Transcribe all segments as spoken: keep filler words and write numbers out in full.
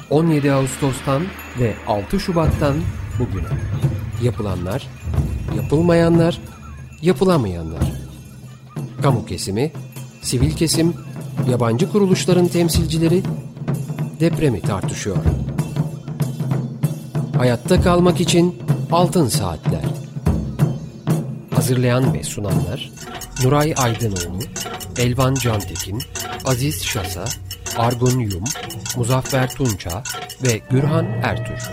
on yedi Ağustos'tan ve altı Şubat'tan bugüne. Yapılanlar, yapılmayanlar, yapılamayanlar. Kamu kesimi, sivil kesim, yabancı kuruluşların temsilcileri depremi tartışıyor. Hayatta kalmak için Altın Saatler. Hazırlayan ve sunanlar Nuray Aydınoğlu, Elvan Cantekin, Aziz Şasa, Argun Yum, Muzaffer Tunça ve Gürhan Ertür.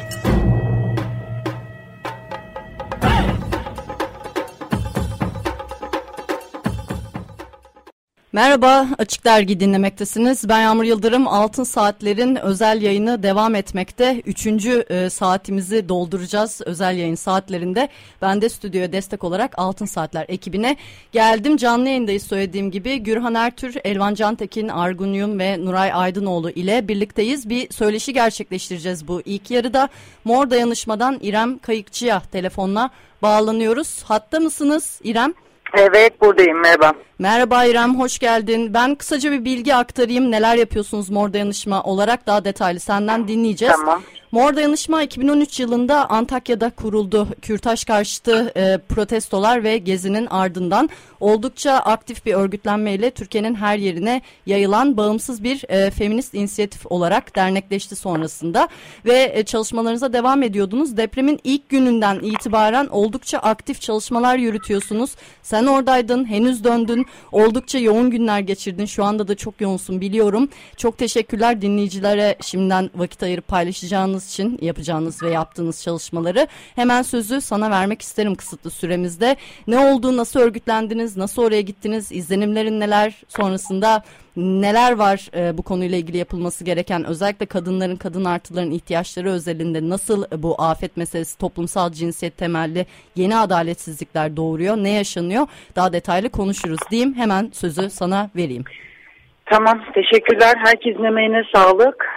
Merhaba, Açık Dergi dinlemektesiniz. Ben Yağmur Yıldırım. Altın Saatler'in özel yayını devam etmekte. Üçüncü e, saatimizi dolduracağız özel yayın saatlerinde. Ben de stüdyoya destek olarak Altın Saatler ekibine geldim. Canlı yayındayız söylediğim gibi. Gürhan Ertür, Elvan Cantekin, Argun Yum ve Nuray Aydınoğlu ile birlikteyiz. Bir söyleşi gerçekleştireceğiz bu ilk yarıda. Mor Dayanışma'dan İrem Kayıkçı'ya telefonla bağlanıyoruz. Hatta mısınız İrem? Evet, buradayım. Merhaba. Merhaba İrem, hoş geldin. Ben kısaca bir bilgi aktarayım. Neler yapıyorsunuz Mor Dayanışma olarak daha detaylı senden dinleyeceğiz. Tamam. Mor Dayanışma iki bin on üç yılında Antakya'da kuruldu. Kürtaj karşıtı e, protestolar ve gezinin ardından oldukça aktif bir örgütlenmeyle Türkiye'nin her yerine yayılan bağımsız bir e, feminist inisiyatif olarak dernekleşti sonrasında. Ve e, çalışmalarınıza devam ediyordunuz. Depremin ilk gününden itibaren oldukça aktif çalışmalar yürütüyorsunuz. Sen oradaydın, henüz döndün. Oldukça yoğun günler geçirdin. Şu anda da çok yoğunsun biliyorum. Çok teşekkürler dinleyicilere şimdiden vakit ayırıp paylaşacağınız için yapacağınız ve yaptığınız çalışmaları. Hemen sözü sana vermek isterim kısıtlı süremizde. Ne oldu, nasıl örgütlendiniz, nasıl oraya gittiniz, izlenimlerin neler, sonrasında neler var e, bu konuyla ilgili yapılması gereken, özellikle kadınların, kadın artıların ihtiyaçları özelinde nasıl bu afet meselesi toplumsal cinsiyet temelli yeni adaletsizlikler doğuruyor, ne yaşanıyor, daha detaylı konuşuruz diyeyim. Hemen sözü sana vereyim. Tamam, teşekkürler. Herkesin emeğine sağlık.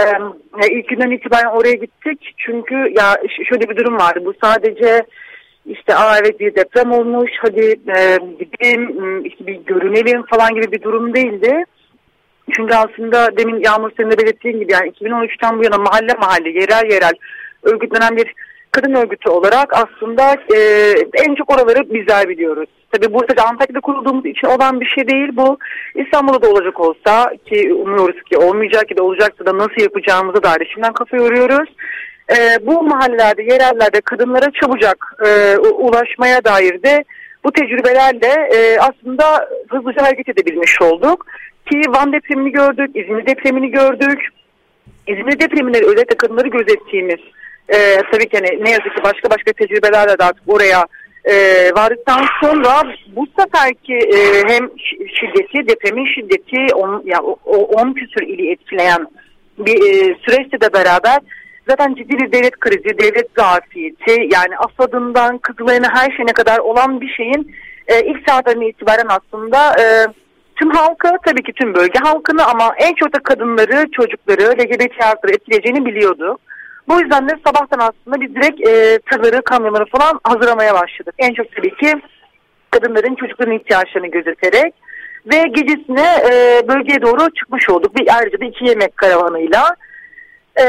Ee, ilk günden itibaren oraya gittik. Çünkü ya şöyle bir durum vardı. Bu sadece işte aa evet bir deprem olmuş, hadi e, gideyim, işte bir görünelim falan gibi bir durum değildi. Çünkü aslında demin Yağmur senin de belirttiğin gibi yani iki bin on üçten bu yana mahalle mahalle, yerel yerel örgütlenen bir kadın örgütü olarak aslında e, en çok oraları bizler biliyoruz. Tabii burada Antakya'da kurulduğumuz için olan bir şey değil bu. İstanbul'da da olacak olsa, ki umuyoruz ki olmayacak, ya da olacaksa da nasıl yapacağımıza dair şimdiden kafa yoruyoruz. E, bu mahallelerde, yerellerde kadınlara çabucak e, ulaşmaya dair de bu tecrübelerle e, aslında hızlıca hareket edebilmiş olduk. Ki Van depremini gördük, İzmir depremini gördük. İzmir depreminde özellikle kadınları gözettiğimiz, Ee, tabii ki hani ne yazık ki başka başka tecrübelerle de artık oraya e, vardıktan sonra bu seferki e, hem şiddeti, depremin şiddeti on, ya, o on küsur ili etkileyen bir e, süreçle de beraber zaten ciddi bir devlet krizi, devlet zafiyeti, yani Asad'ından Kızılay'ına her şeyine kadar olan bir şeyin e, ilk saatlerine itibaren aslında e, tüm halkı, tabii ki tüm bölge halkını ama en çok da kadınları, çocukları, L G B T artıları etkileyeceğini biliyorduk. Bu yüzden de sabahtan aslında biz direkt e, tırları, kamyonları falan hazırlamaya başladık. En çok tabii ki kadınların, çocukların ihtiyaçlarını gözeterek ve gecesine e, bölgeye doğru çıkmış olduk. Bir ayrıca da iki yemek karavanıyla. E,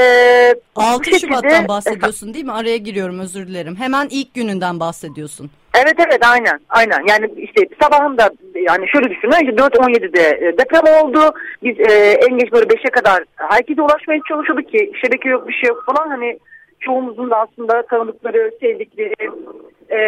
altı Şubat'tan bahsediyorsun değil mi? Araya giriyorum, özür dilerim. Hemen ilk gününden bahsediyorsun. Evet evet aynen aynen yani işte sabahında yani şöyle düşünün işte dört on yedide deprem oldu. Biz e, en geç böyle beşe kadar herkese ulaşmaya çalışıyorduk ki şebeke yok, bir şey yok falan, hani çoğumuzun da aslında tanıdıkları, sevdikleri e,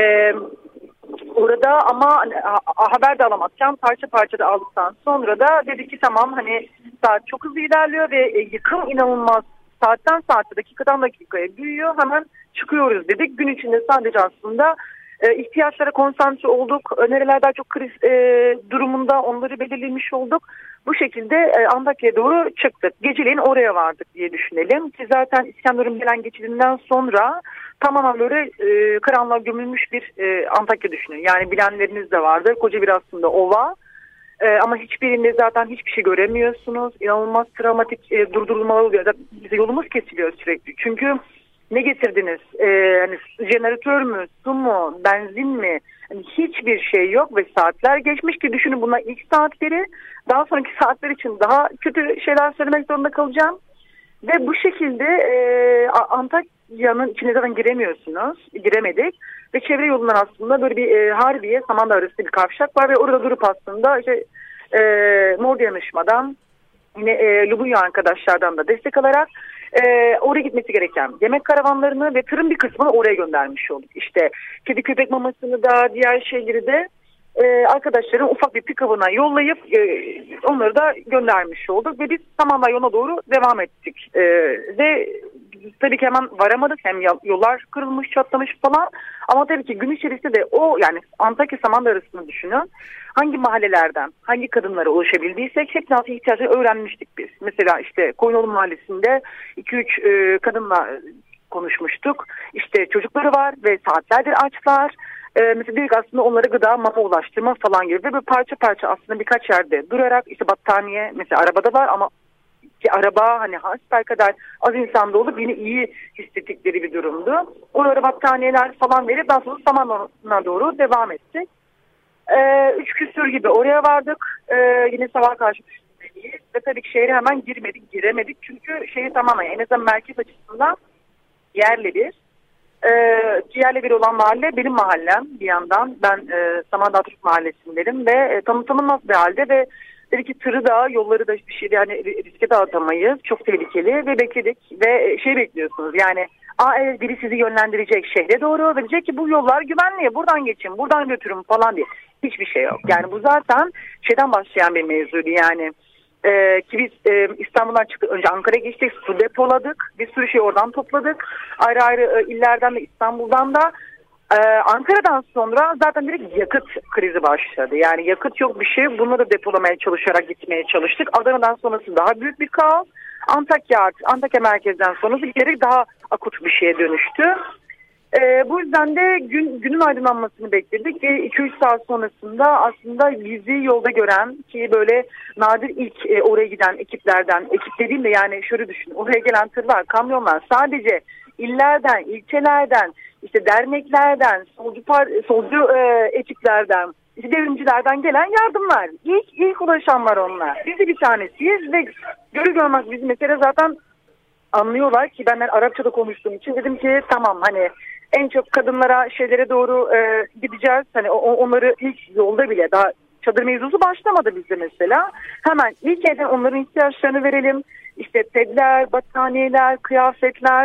orada ama hani, haber de alamazken parça parça da aldıktan sonra da dedik ki tamam, hani saat çok hızlı ilerliyor ve e, yıkım inanılmaz, saatten saate, dakikadan dakikaya büyüyor, hemen çıkıyoruz dedik. Gün içinde sadece aslında E, ihtiyaçlara konsantre olduk. Nereler daha çok kriz e, durumunda onları belirlemiş olduk. Bu şekilde e, Antakya'ya doğru çıktık. Geceleyin oraya vardık diye düşünelim. Ki zaten İskenderun gelen geçidinden sonra tamamen böyle e, karanlığa gömülmüş bir e, Antakya düşünün. Yani bilenleriniz de vardır. Koca bir aslında ova. E, ama hiçbirinde zaten hiçbir şey göremiyorsunuz. İnanılmaz travmatik e, durdurulmalar oluyor. Bize yolumuz kesiliyor sürekli. Çünkü ne getirdiniz? Ee, hani jeneratör mü, su mu, benzin mi? Yani hiçbir şey yok ve saatler geçmiş ki düşünün, bunlar ilk saatleri. Daha sonraki saatler için daha kötü şeyler söylemek zorunda kalacağım. Ve bu şekilde e, Antakya'nın içine zaten giremiyorsunuz. Giremedik. Ve çevre yolundan aslında böyle bir e, Harbiye, Samandağ arası bir kavşak var ve orada durup aslında işte e, Mor Dayanışma'dan yine e, Lubunya arkadaşlardan da destek alarak e, oraya gitmesi gereken yemek karavanlarını ve tırın bir kısmını oraya göndermiş olduk. İşte kedi köpek mamasını da diğer şeyleri de e, arkadaşların ufak bir pikabına yollayıp e, onları da göndermiş olduk ve biz Samandağ yoluna doğru devam ettik. E, ve tabii ki hemen varamadık, hem yollar kırılmış, çatlamış falan, ama tabii ki gün içerisinde de o, yani Antakya Samandağ arasını düşünün, hangi mahallelerden hangi kadınlara ulaşabildiysek hepsi nasıl ihtiyaçlarını öğrenmiştik biz. Mesela işte Koyunoğlu Mahallesi'nde iki üç e, kadınla konuşmuştuk. İşte çocukları var ve saatlerdir açlar. Ee, mesela direkt aslında onlara gıda, mama ulaştırma falan gibi ve böyle parça parça aslında birkaç yerde durarak, işte battaniye mesela arabada var ama ki araba hani hasbelkader az insanda olup yine iyi hissettikleri bir durumdu. Oralara battaniyeler falan verip daha sonra Samandağ'a doğru devam ettik. Ee, üç küsür gibi oraya vardık. Ee, yine sabah karşı düşünmeliyiz ve tabii ki şehre hemen girmedik, giremedik çünkü şehir tamamen en azından merkez açısından yerle bir. Ee, yerle bir olan mahalle benim mahallem bir yandan. Ben e, Samandağ Türk Mahallesi'ndeyim ve e, tanı tanınmaz bir halde ve dedi ki tırı da yolları da bir şey yani riske dağıtamayız. Çok tehlikeli ve bekledik ve şey bekliyorsunuz yani aa evet biri sizi yönlendirecek şehre doğru ve diyecek ki bu yollar güvenli, buradan geçin, buradan götürün falan diye. Hiçbir şey yok. Yani bu zaten şeyden başlayan bir mevzuydu yani. Ee, ki biz e, İstanbul'dan çıktık, önce Ankara'ya geçtik, su depoladık, bir sürü şey oradan topladık, ayrı ayrı e, illerden de İstanbul'dan da. Ee, Ankara'dan sonra zaten direkt yakıt krizi başladı, yani yakıt yok bir şey, bunları da depolamaya çalışarak gitmeye çalıştık. Adana'dan sonrası daha büyük bir kaos, Antakya artık Antakya merkezden sonrası gerek daha akut bir şeye dönüştü. Ee, bu yüzden de gün, günün aydınlanmasını bekledik ve iki üç saat sonrasında aslında bizi yolda gören ki böyle nadir ilk e, oraya giden ekiplerden, ekip dediğim de yani şöyle düşün, oraya gelen tırlar, kamyonlar sadece illerden, ilçelerden, işte derneklerden, solcu, par, solcu e, ekiplerden, işte devrimcilerden gelen yardımlar. İlk, ilk ulaşanlar onlar. Biz de bir tanesiyiz ve görü görmez bizi mesela zaten anlıyorlar ki benden Arapçada konuştuğum için dedim ki tamam hani en çok kadınlara şeylere doğru e, gideceğiz. Hani o, onları ilk yolda bile daha çadır mevzusu başlamadı bizde mesela. Hemen ilk elden onların ihtiyaçlarını verelim. İşte pedler, battaniyeler, kıyafetler.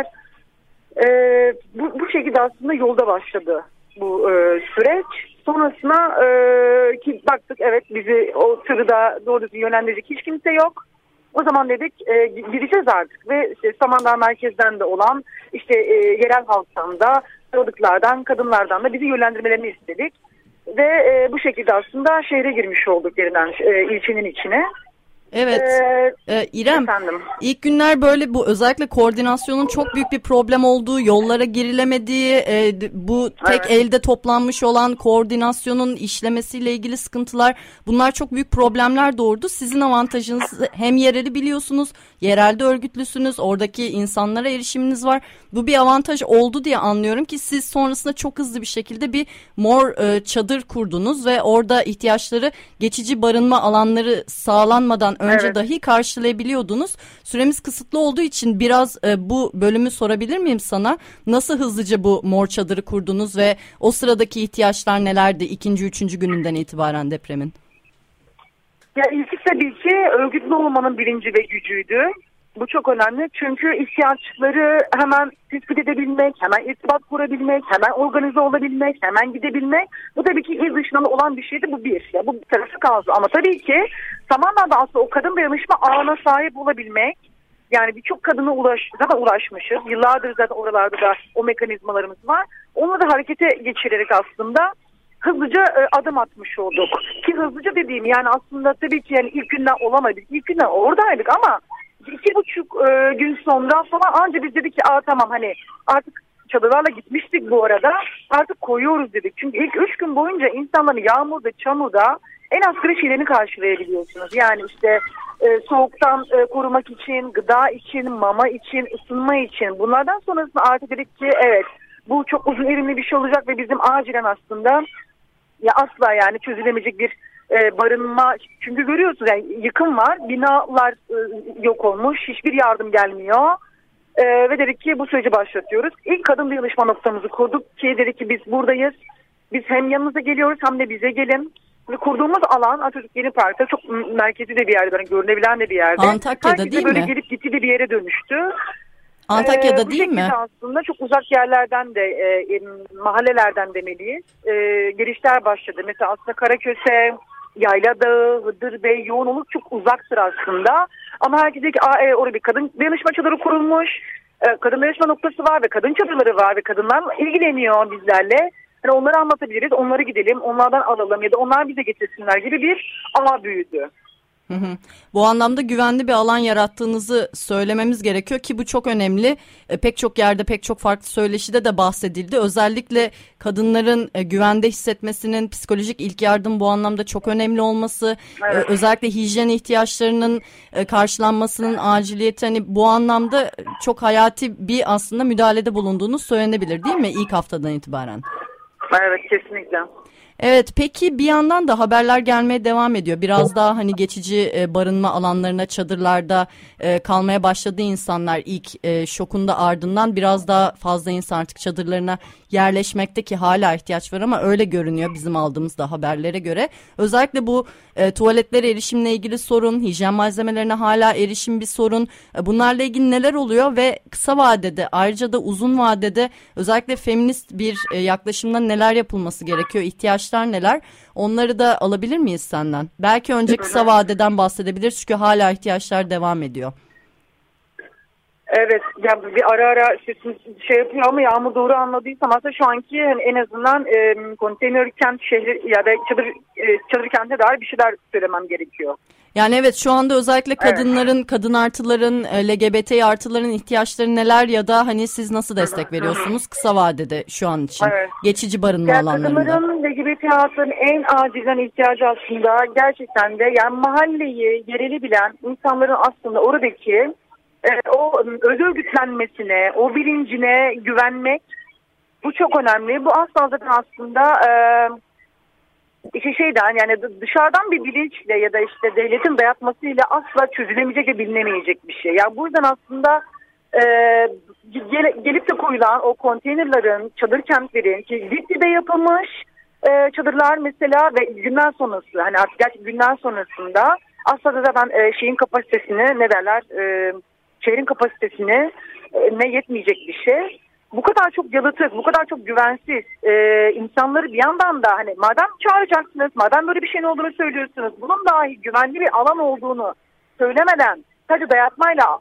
E, bu, bu şekilde aslında yolda başladı bu e, süreç. Sonrasına e, ki baktık evet bizi o tırda doğru düzgün yönlendirecek hiç kimse yok. O zaman dedik e, gideceğiz artık ve işte Samandağ merkezden de olan işte e, yerel halktan da tanıdıklardan, kadınlardan da bizi yönlendirmelerini istedik. Ve e, bu şekilde aslında şehre girmiş olduk yeniden e, ilçenin içine. Evet ee, ee, İrem efendim. İlk günler böyle bu özellikle koordinasyonun çok büyük bir problem olduğu, yollara girilemediği, e, bu tek evet. elde toplanmış olan koordinasyonun işlemesiyle ilgili sıkıntılar, bunlar çok büyük problemler doğurdu. Sizin avantajınız hem yereli biliyorsunuz, yerelde örgütlüsünüz, oradaki insanlara erişiminiz var. Bu bir avantaj oldu diye anlıyorum ki siz sonrasında çok hızlı bir şekilde bir mor e, çadır kurdunuz ve orada ihtiyaçları, geçici barınma alanları sağlanmadan önce evet. dahi karşılayabiliyordunuz. Süremiz kısıtlı olduğu için biraz e, bu bölümü sorabilir miyim sana? Nasıl hızlıca bu mor çadırı kurdunuz ve o sıradaki ihtiyaçlar nelerdi ikinci, üçüncü gününden itibaren depremin? Ya ilk tabii ki örgütlü olmanın bilinci ve gücüydü. Bu çok önemli çünkü ihtiyaçları hemen tespit edebilmek, hemen irtibat kurabilmek, hemen organize olabilmek, hemen gidebilmek. Bu tabii ki il dışından olan bir şeydi, bu bir. Ya bu bir tarafı kaldı ama tabii ki tamamen de aslında o kadın dayanışma ağına sahip olabilmek. Yani birçok kadına ulaş, zaten ulaşmışız. Yıllardır zaten oralarda da o mekanizmalarımız var. Onları da harekete geçirerek aslında hızlıca e, adım atmış olduk. Ki hızlıca dediğim yani aslında tabii ki yani ilk günden olamadık. İlk günden oradaydık ama iki buçuk e, gün sonra falan anca biz dedik ki aa tamam hani artık çadırlarla gitmiştik bu arada. Artık koyuyoruz dedik. Çünkü ilk üç gün boyunca insanların yağmurda, çamurda en asgari şeylerini karşılayabiliyorsunuz. Yani işte e, soğuktan e, korumak için, gıda için, mama için, ısınma için. Bunlardan sonrasında artık dedik ki evet bu çok uzun erimli bir şey olacak ve bizim acilen aslında ya asla yani çözülemeyecek bir e, barınma, çünkü görüyorsunuz yani yıkım var, binalar e, yok olmuş, hiçbir yardım gelmiyor. Ee, ve dedik ki bu süreci başlatıyoruz. İlk kadın dayanışma noktamızı kurduk ki dedik ki biz buradayız. Biz hem yanınıza geliyoruz hem de bize gelin. Ve kurduğumuz alan Atatürk Yeni Park'ta çok merkezi de bir yerde, yani görünebilen de bir yerde. Antakya'da herkese değil böyle mi? Gelip gitti de bir yere dönüştü. Antakya'da ee, değil mi? Aslında çok uzak yerlerden de e, mahallelerden demeliyiz. E, gelişler başladı. Mesela aslında Karaköse, Yayladağı, Hıdır Bey, Yoğunoluk çok uzaktır aslında. Ama herkes diyor ki e, orada bir kadın dayanışma çadırı kurulmuş. E, kadın dayanışma noktası var ve kadın çadırları var ve kadınlar ilgileniyor bizlerle. Hani onları anlatabiliriz, onları gidelim, onlardan alalım ya da onlar bize getirsinler gibi bir ağ büyüdü. Hı hı. Bu anlamda güvenli bir alan yarattığınızı söylememiz gerekiyor ki bu çok önemli. E, pek çok yerde, pek çok farklı söyleşide de bahsedildi. Özellikle kadınların e, güvende hissetmesinin, psikolojik ilk yardım bu anlamda çok önemli olması, evet. e, özellikle hijyen ihtiyaçlarının e, karşılanmasının aciliyeti, hani bu anlamda çok hayati bir aslında müdahalede bulunduğunu söylenebilir değil mi ilk haftadan itibaren? Evet, kesinlikle. Evet, peki bir yandan da haberler gelmeye devam ediyor. Biraz daha hani geçici e, barınma alanlarına, çadırlarda e, kalmaya başladı insanlar ilk e, şokunda, ardından biraz daha fazla insan artık çadırlarına yerleşmekte ki hala ihtiyaç var ama öyle görünüyor bizim aldığımız da haberlere göre. Özellikle bu e, tuvaletlere erişimle ilgili sorun, hijyen malzemelerine hala erişim bir sorun. E, bunlarla ilgili neler oluyor ve kısa vadede, ayrıca da uzun vadede özellikle feminist bir e, yaklaşımda neler yapılması gerekiyor, ihtiyaçlar neler? Onları da alabilir miyiz senden? Belki önce kısa vadeden bahsedebiliriz çünkü hala ihtiyaçlar devam ediyor. Evet, ya bir ara ara şey yapıyor ama Yağmur doğru anladıysam aslında şu anki hani en azından e, konteyner kent şehri ya da çadır e, çadır kente dair bir şeyler söylemem gerekiyor. Yani evet, şu anda özellikle kadınların, evet. kadın artıların, L G B T artıların ihtiyaçları neler ya da hani siz nasıl destek veriyorsunuz kısa vadede şu an için? Evet. Geçici barınma yani alanlarında. Kadınların L G B T artıların en acilen ihtiyacı aslında gerçekten de yani mahalleyi, yereli bilen insanların aslında oradaki e, o öz örgütlenmesine, o bilincine güvenmek, bu çok önemli. Bu asla zaten aslında e, İşte şeyden yani dışarıdan bir bilinçle ya da işte devletin dayatmasıyla asla çözülemeyecek ve bilinemeyecek bir şey. Yani bu yüzden aslında e, gel, gelip de koyulan o konteynerların, çadır kentlerin ki Dipti'de yapılmış e, çadırlar mesela ve günden sonrası hani artık gerçi günden sonrasında aslında zaten e, şeyin kapasitesini ne derler e, şehrin kapasitesini e, ne yetmeyecek bir şey. Bu kadar çok yalıtık, bu kadar çok güvensiz e, insanları bir yandan da hani madem çağıracaksınız, madem böyle bir şeyin olduğunu söylüyorsunuz, bunun dahi güvenli bir alan olduğunu söylemeden sadece dayatmayla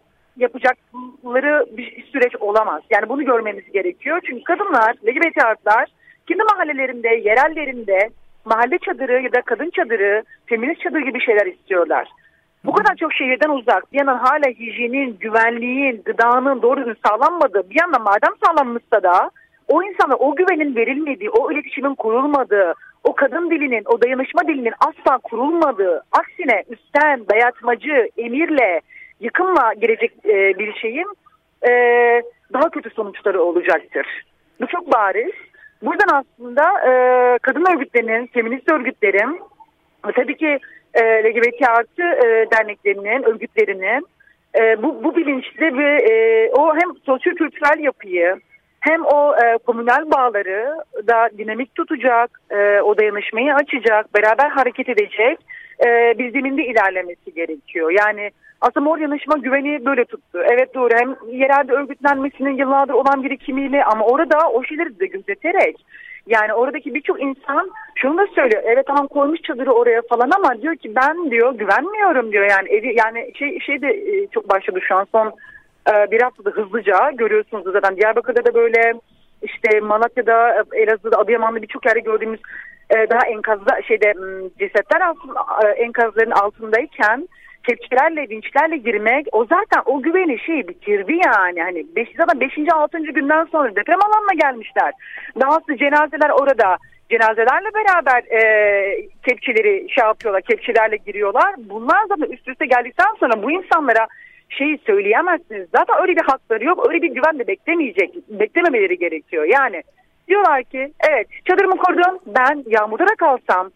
yapacakları bir süreç olamaz. Yani bunu görmemiz gerekiyor. Çünkü kadınlar, L G B T artılar kendi mahallelerinde, yerellerinde mahalle çadırı ya da kadın çadırı, feminist çadır gibi şeyler istiyorlar. Bu kadar çok şehirden uzak, bir yandan hala hijyenin, güvenliğin, gıdanın doğru düzgün sağlanmadığı, bir yandan madem sağlanmışsa da o insana o güvenin verilmediği, o iletişimin kurulmadığı, o kadın dilinin, o dayanışma dilinin asla kurulmadığı, aksine üstten, dayatmacı, emirle, yıkımla gelecek e, bir şeyin e, daha kötü sonuçları olacaktır. Bu çok bariz. Buradan aslında e, kadın örgütlerinin, feminist örgütlerin, tabii ki E, L G B T artı e, derneklerinin, örgütlerinin e, bu, bu bilinçli ve e, o hem sosyo-kültürel yapıyı hem o e, komünel bağları da dinamik tutacak, e, o dayanışmayı açacak, beraber hareket edecek e, bir zeminde ilerlemesi gerekiyor. Yani aslında Mor Yanışma güveni böyle tuttu. Evet doğru, hem yerelde örgütlenmesinin yıllardır olan birikimiyle ama orada o şeyleri de gözeterek. Yani oradaki birçok insan şunu da söylüyor. Evet tamam koymuş çadırı oraya falan ama diyor ki ben diyor güvenmiyorum diyor. Yani evi yani şey şey de e, çok başladı şu an son e, bir haftada hızlıca görüyorsunuz zaten. Diyarbakır'da da böyle işte Malatya'da, Elazığ'da, Adıyaman'da birçok yerde gördüğümüz e, daha enkazda şeyde cesetler altında, e, enkazların altındayken kepçelerle, vinçlerle girmek o zaten o güveni şeyi bitirdi yani. Hani beş, zaten beşinci altıncı günden sonra deprem alanına gelmişler. Dahası cenazeler orada. Cenazelerle beraber e, kepçeleri şey yapıyorlar, kepçelerle giriyorlar. Bunlar zaten üst üste geldikten sonra bu insanlara şeyi söyleyemezsiniz. Zaten öyle bir hakları yok, öyle bir güven de beklemeyecek, beklememeleri gerekiyor. Yani diyorlar ki evet çadırımı kurdum, ben yağmurda da kalsam,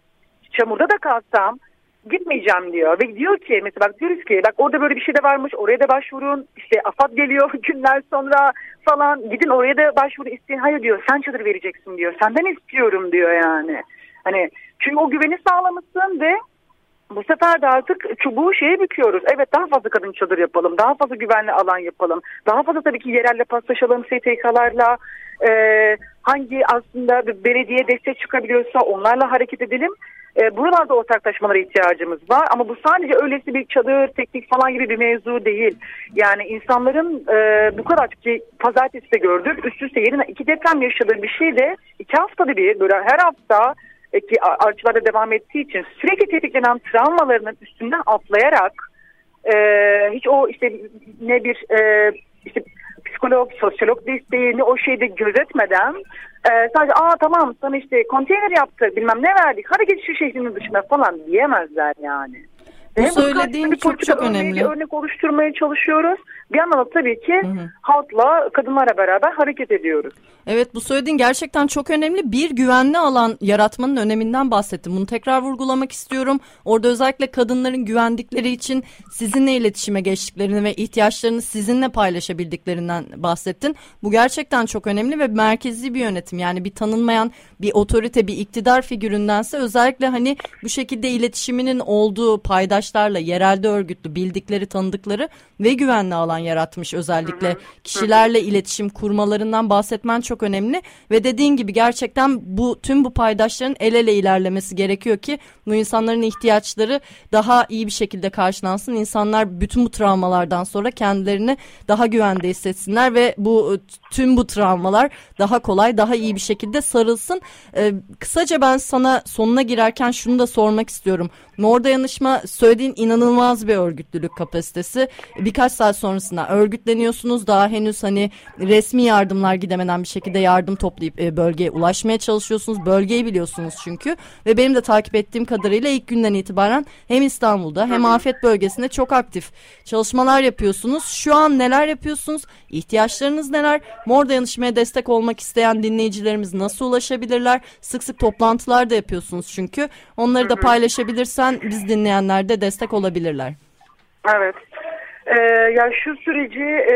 çamurda da kalsam gitmeyeceğim diyor. Ve diyor ki mesela bak diyoruz ki bak orada böyle bir şey de varmış, oraya da başvurun. İşte AFAD geliyor günler sonra falan, gidin oraya da başvuru isteyin. Hayır diyor, sen çadır vereceksin diyor. Senden istiyorum diyor yani. Hani çünkü o güveni sağlamışsın ve bu sefer de artık çubuğu şeye büküyoruz. Evet, daha fazla kadın çadır yapalım. Daha fazla güvenli alan yapalım. Daha fazla tabii ki yerelle paslaşalım S T K'larla. E, hangi aslında belediye destek çıkabiliyorsa onlarla hareket edelim. E, buralarda ortaklaşmalara ihtiyacımız var. Ama bu sadece öylesi bir çadır, teknik falan gibi bir mevzu değil. Yani insanların e, bu kadar ki pazartesi de gördük. Üst üste yerine iki deprem yaşadığı bir şey de iki haftada bir böyle her hafta ki artçılarda devam ettiği için sürekli tetiklenen travmalarının üstünden atlayarak e, hiç o işte ne bir e, işte psikolog, sosyolog desteği ne o şeyde gözetmeden e, sadece aa tamam sana işte konteyner yaptık bilmem ne verdik hadi git şu şehrinin dışına falan diyemezler yani. Bu Hem söylediğin çok çok önemli. Örnek oluşturmaya çalışıyoruz. Bir yandan da tabii ki hı hı. halkla, kadınlara beraber hareket ediyoruz. Evet, bu söylediğin gerçekten çok önemli. Bir güvenli alan yaratmanın öneminden bahsettim. Bunu tekrar vurgulamak istiyorum. Orada özellikle kadınların güvendikleri için sizinle iletişime geçtiklerini ve ihtiyaçlarını sizinle paylaşabildiklerinden bahsettin. Bu gerçekten çok önemli ve merkezi bir yönetim. Yani bir tanınmayan bir otorite, bir iktidar figüründense özellikle hani bu şekilde iletişiminin olduğu paydaşlarla, yerelde örgütlü, bildikleri, tanıdıkları ve güvenli alan yaratmış özellikle kişilerle iletişim kurmalarından bahsetmen çok önemli ve dediğin gibi gerçekten bu tüm bu paydaşların el ele ilerlemesi gerekiyor ki bu insanların ihtiyaçları daha iyi bir şekilde karşılansın. İnsanlar bütün bu travmalardan sonra kendilerini daha güvende hissetsinler ve bu tüm bu travmalar daha kolay, daha iyi bir şekilde sarılsın. Ee, kısaca ben sana sonuna girerken şunu da sormak istiyorum. Mor Dayanışma söylediğin inanılmaz bir örgütlülük kapasitesi. Birkaç saat sonrasında örgütleniyorsunuz. Daha henüz hani resmi yardımlar gidemeden bir şekilde yardım toplayıp e, bölgeye ulaşmaya çalışıyorsunuz. Bölgeyi biliyorsunuz çünkü. Ve benim de takip ettiğim kadarıyla ilk günden itibaren hem İstanbul'da hem afet bölgesinde çok aktif çalışmalar yapıyorsunuz. Şu an neler yapıyorsunuz? İhtiyaçlarınız neler? Mor Dayanışma'ya destek olmak isteyen dinleyicilerimiz nasıl ulaşabilirler? Sık sık toplantılar da yapıyorsunuz çünkü. Onları da paylaşabilirsen biz dinleyenler de destek olabilirler. Evet. Ee, ya şu süreci e,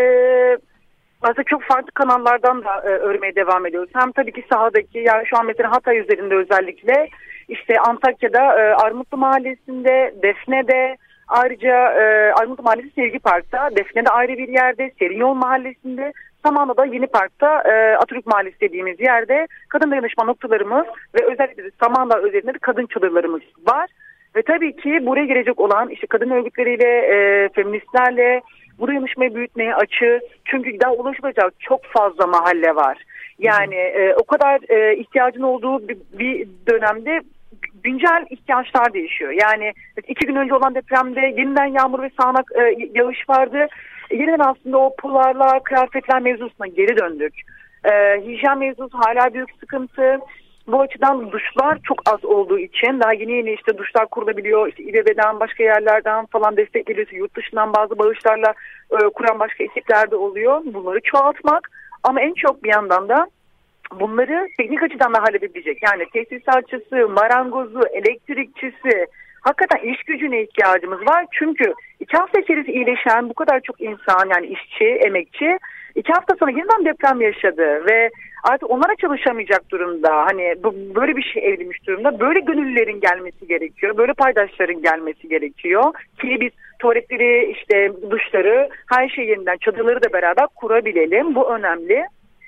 aslında çok farklı kanallardan da e, örmeye devam ediyoruz. Hem tabii ki sahadaki, yani şu an mesela Hatay üzerinde özellikle işte Antakya'da e, Armutlu Mahallesi'nde, Defne'de, ayrıca e, Armutlu Mahallesi Sevgi Park'ta, Defne'de ayrı bir yerde, Serinyol Mahallesi'nde, Samanlı'da Yeni Park'ta e, Atatürk Mahallesi dediğimiz yerde kadın dayanışma noktalarımız ve özellikle de Samandağ üzerinde de kadın çadırlarımız var. Ve tabii ki buraya gelecek olan işte kadın örgütleriyle, e, feministlerle bu dayanışmayı büyütmeye açığız. Çünkü daha ulaşılacak çok fazla mahalle var. Yani e, o kadar e, ihtiyacın olduğu bir, bir dönemde güncel ihtiyaçlar değişiyor. Yani iki gün önce olan depremde yeniden yağmur ve sağanak e, yağış vardı. E, yeniden aslında o pullarla, kıyafetler mevzusuna geri döndük. E, hijyen mevzusu hala büyük sıkıntı. Bu açıdan duşlar çok az olduğu için daha yeni yeni işte duşlar kurulabiliyor. İşte İBB'den, başka yerlerden falan destek geliyor. Yurt dışından bazı bağışlarla e, kuran başka ekipler de oluyor. Bunları çoğaltmak ama en çok bir yandan da bunları teknik açıdan da halledebilecek. Yani tesisatçısı, marangozu, elektrikçisi, hakikaten iş gücüne ihtiyacımız var. Çünkü iki hafta içerisinde iyileşen bu kadar çok insan, yani işçi, emekçi iki hafta sonra yeniden deprem yaşadı ve artık onlara çalışamayacak durumda. Hani bu, böyle bir şey evrilmiş durumda. Böyle gönüllülerin gelmesi gerekiyor. Böyle paydaşların gelmesi gerekiyor. Ki biz tuvaletleri, işte duşları, her şeyi yeniden, çadırları da beraber kurabilelim. Bu önemli.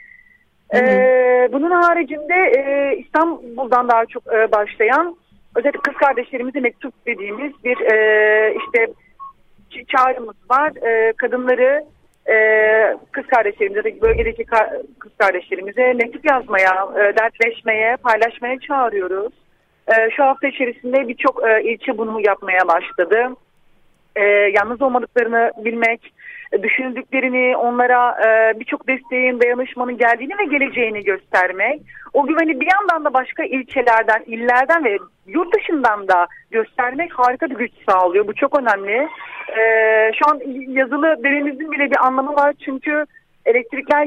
Ee, bunun haricinde e, İstanbul'dan daha çok e, başlayan, özellikle kız kardeşlerimize mektup dediğimiz bir e, işte çağrımız var. E, kadınları, e, kız kardeşlerimize, bölgedeki ka- kız kardeşlerimize mektup yazmaya, e, dertleşmeye, paylaşmaya çağırıyoruz. E, şu hafta içerisinde birçok e, ilçe bunu yapmaya başladı. E, yalnız olmadıklarını bilmek, düşündüklerini, onlara e, birçok desteğin, dayanışmanın geldiğini ve geleceğini göstermek. O güveni bir yandan da başka ilçelerden, illerden ve yurt dışından da göstermek harika bir güç sağlıyor. Bu çok önemli. E, şu an yazılı dememizin bile bir anlamı var. Çünkü elektrikler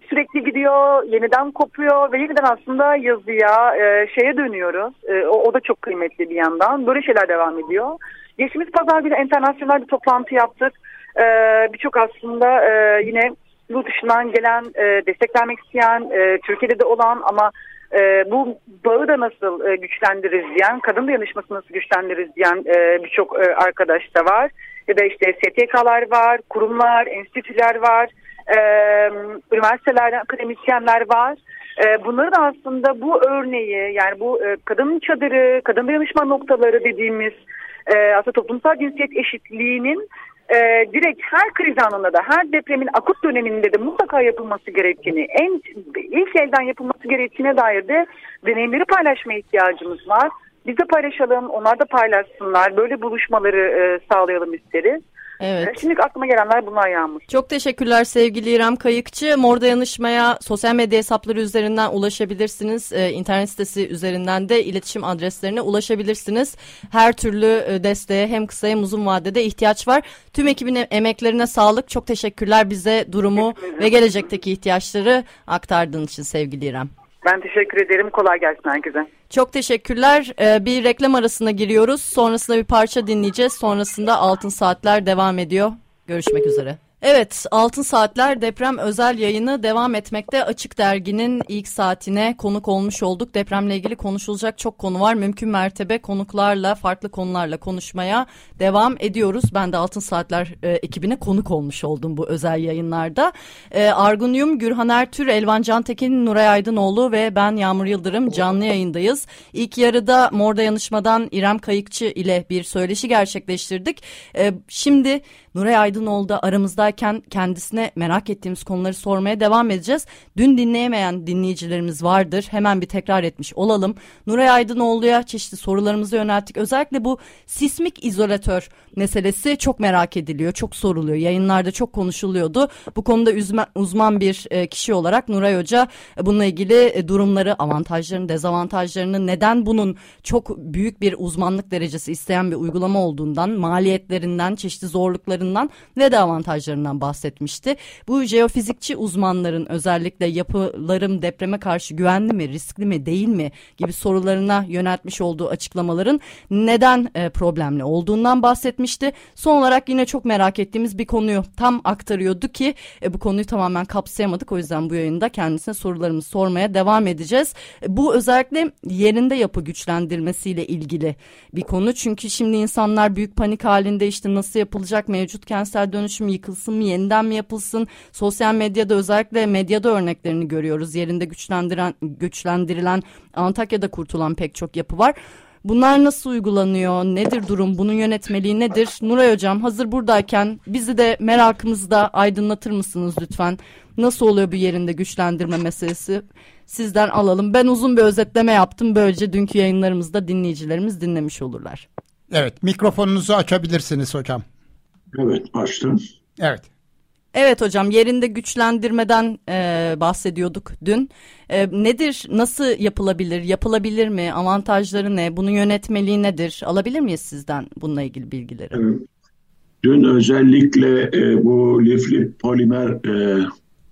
sürekli gidiyor, yeniden kopuyor ve yeniden aslında yazıya, e, şeye dönüyoruz. E, o, o da çok kıymetli bir yandan. Böyle şeyler devam ediyor. Geçtiğimiz pazar günü internasyonel bir toplantı yaptık. E, Birçok aslında e, yine yurt dışından gelen, e, destek vermek isteyen, e, Türkiye'de de olan ama e, bu bağı da nasıl e, güçlendiririz diyen, kadın dayanışması nasıl güçlendiririz diyen e, birçok e, arkadaş da var. Ya da işte S T K'lar var, kurumlar, enstitüler var, e, üniversiteler, akademisyenler var. E, bunları da aslında bu örneği, yani bu e, kadın çadırı, kadın dayanışma noktaları dediğimiz e, aslında toplumsal cinsiyet eşitliğinin e, direkt her kriz anında da, her depremin akut döneminde de mutlaka yapılması gerektiğini, en ilk elden yapılması gerektiğine dair de deneyimleri paylaşmaya ihtiyacımız var. Biz de paylaşalım, onlar da paylaşsınlar. Böyle buluşmaları e, sağlayalım isteriz. Evet. Şimdi aklıma gelenler bunlar Yağmur. Çok teşekkürler sevgili İrem Kayıkçı. Mor Dayanışma'ya sosyal medya hesapları üzerinden ulaşabilirsiniz. Ee, internet sitesi üzerinden de iletişim adreslerine ulaşabilirsiniz. Her türlü desteğe hem kısa hem uzun vadede ihtiyaç var. Tüm ekibin emeklerine sağlık. Çok teşekkürler bize durumu ve gelecekteki ihtiyaçları aktardığın için sevgili İrem. Ben teşekkür ederim. Kolay gelsin herkese. Çok teşekkürler. Ee, bir reklam arasına giriyoruz. Sonrasında bir parça dinleyeceğiz. Sonrasında Altın Saatler devam ediyor. Görüşmek üzere. Evet, Altın Saatler deprem özel yayını devam etmekte. Açık Dergi'nin ilk saatine konuk olmuş olduk. Depremle ilgili konuşulacak çok konu var. Mümkün mertebe konuklarla, farklı konularla konuşmaya devam ediyoruz. Ben de Altın Saatler e, ekibine konuk olmuş oldum bu özel yayınlarda. E, Argun Yum, Gürhan Ertür, Elvan Cantekin, Nuray Aydınoğlu ve ben Yağmur Yıldırım canlı yayındayız. İlk yarıda Mor Dayanışma'dan İrem Kayıkçı ile bir söyleşi gerçekleştirdik. E, şimdi Nuray Aydınoğlu da aramızdayken kendisine merak ettiğimiz konuları sormaya devam edeceğiz. Dün dinleyemeyen dinleyicilerimiz vardır. Hemen bir tekrar etmiş olalım. Nuray Aydınoğlu'ya çeşitli sorularımızı yönelttik. Özellikle bu sismik izolatör meselesi çok merak ediliyor, çok soruluyor. Yayınlarda çok konuşuluyordu. Bu konuda uzman bir kişi olarak Nuray Hoca bununla ilgili durumları, avantajlarını, dezavantajlarını, neden bunun çok büyük bir uzmanlık derecesi isteyen bir uygulama olduğundan, maliyetlerinden, çeşitli zorlukları ve de avantajlarından bahsetmişti. Bu jeofizikçi uzmanların özellikle yapılarım depreme karşı güvenli mi, riskli mi, değil mi gibi sorularına yöneltmiş olduğu açıklamaların neden e, problemli olduğundan bahsetmişti. Son olarak yine çok merak ettiğimiz bir konuyu tam aktarıyordu ki e, bu konuyu tamamen kapsayamadık. O yüzden bu yayında kendisine sorularımızı sormaya devam edeceğiz. E, bu özellikle yerinde yapı güçlendirmesiyle ilgili bir konu. Çünkü şimdi insanlar büyük panik halinde, işte nasıl yapılacak, mevcut kentsel dönüşüm yıkılsın mı, yeniden mi yapılsın? Sosyal medyada, özellikle medyada örneklerini görüyoruz. Yerinde güçlendiren, güçlendirilen, Antakya'da kurtulan pek çok yapı var. Bunlar nasıl uygulanıyor? Nedir durum? Bunun yönetmeliği nedir? Nuray Hocam, hazır buradayken bizi de merakımızda aydınlatır mısınız lütfen? Nasıl oluyor bu yerinde güçlendirme meselesi? Sizden alalım. Ben uzun bir özetleme yaptım. Böylece dünkü yayınlarımızda dinleyicilerimiz dinlemiş olurlar. Evet, mikrofonunuzu açabilirsiniz hocam. Evet, açtım. Evet. Evet hocam, yerinde güçlendirmeden e, bahsediyorduk dün. E, nedir, nasıl yapılabilir, yapılabilir mi, avantajları ne, bunun yönetmeliği nedir? Alabilir miyiz sizden bununla ilgili bilgileri? Evet. Dün özellikle e, bu lifli polimer e,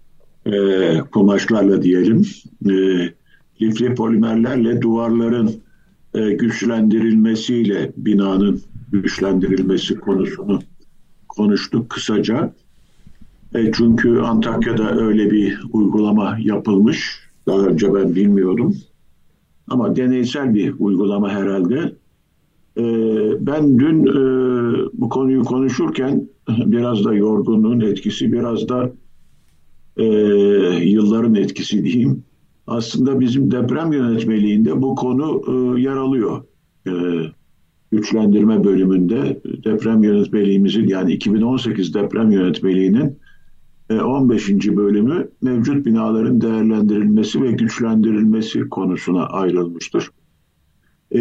e, kumaşlarla diyelim, e, lifli polimerlerle duvarların e, güçlendirilmesiyle binanın güçlendirilmesi konusunu konuştuk kısaca. E, çünkü Antakya'da öyle bir uygulama yapılmış. Daha önce ben bilmiyordum. Ama deneysel bir uygulama herhalde. E, ben dün e, bu konuyu konuşurken biraz da yorgunluğun etkisi, biraz da e, yılların etkisi diyeyim. Aslında bizim deprem yönetmeliğinde bu konu e, yer alıyor. E, güçlendirme bölümünde deprem yönetmeliğimizin, yani iki bin on sekiz deprem yönetmeliğinin on beşinci bölümü mevcut binaların değerlendirilmesi ve güçlendirilmesi konusuna ayrılmıştır. Ee,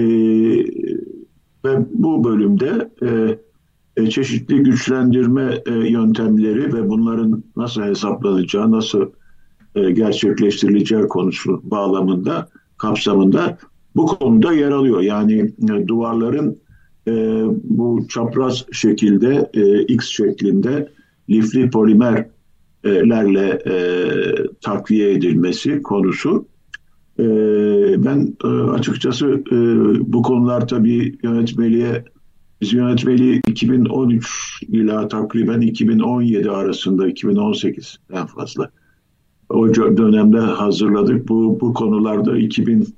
ve bu bölümde e, çeşitli güçlendirme e, yöntemleri ve bunların nasıl hesaplanacağı, nasıl e, gerçekleştirileceği konusu bağlamında, kapsamında bu konuda yer alıyor. Yani e, duvarların e, bu çapraz şekilde, e, X şeklinde lifli polimer lerle e, takviye edilmesi konusu. E, ben e, açıkçası e, bu konular tabii yönetmeliğe, biz yönetmeliği iki bin on üç ila takriben iki bin on yedi arasında, iki bin on sekiz en fazla o dönemde hazırladık. Bu, bu konularda iki bin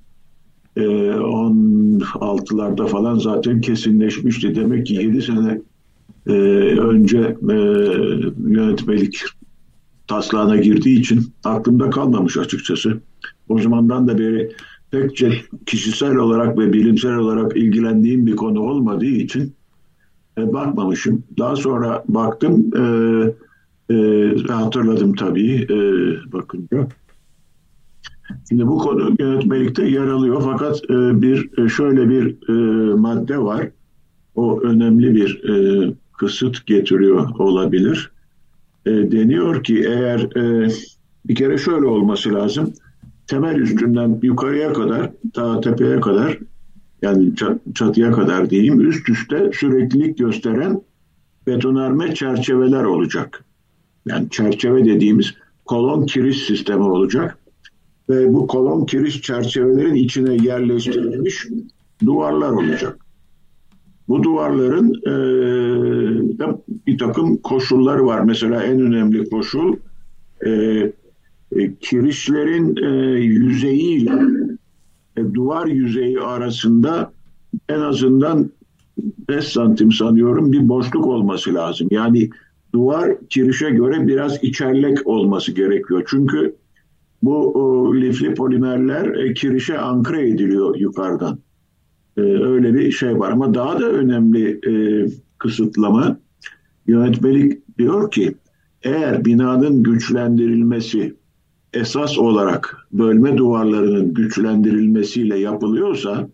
on altılarda falan zaten kesinleşmişti. Demek ki yedi sene e, önce e, yönetmelik taslağına girdiği için aklımda kalmamış açıkçası. O zamandan da beri pekçe kişisel olarak ve bilimsel olarak ilgilendiğim bir konu olmadığı için e, bakmamışım. Daha sonra baktım, e, e, hatırladım tabii e, bakınca. Şimdi bu konu yönetmelikte yer alıyor, fakat e, bir şöyle bir e, madde var. O önemli bir e, kısıt getiriyor olabilir. E, deniyor ki eğer e, bir kere şöyle olması lazım. Temel üstünden yukarıya kadar, ta tepeye kadar, yani çatıya kadar diyeyim, üst üste süreklilik gösteren betonarme çerçeveler olacak. Yani çerçeve dediğimiz kolon kiriş sistemi olacak. Ve bu kolon kiriş çerçevelerin içine yerleştirilmiş duvarlar olacak. Bu duvarların e, bir takım koşulları var. Mesela en önemli koşul e, e, kirişlerin e, yüzeyiyle e, duvar yüzeyi arasında en azından beş santim sanıyorum bir boşluk olması lazım. Yani duvar kirişe göre biraz içerlek olması gerekiyor. Çünkü bu o, lifli polimerler e, kirişe ankre ediliyor yukarıdan. E, öyle bir şey var. Ama daha da önemli e, kısıtlama, yönetmelik diyor ki eğer binanın güçlendirilmesi esas olarak bölme duvarlarının güçlendirilmesiyle yapılıyorsa,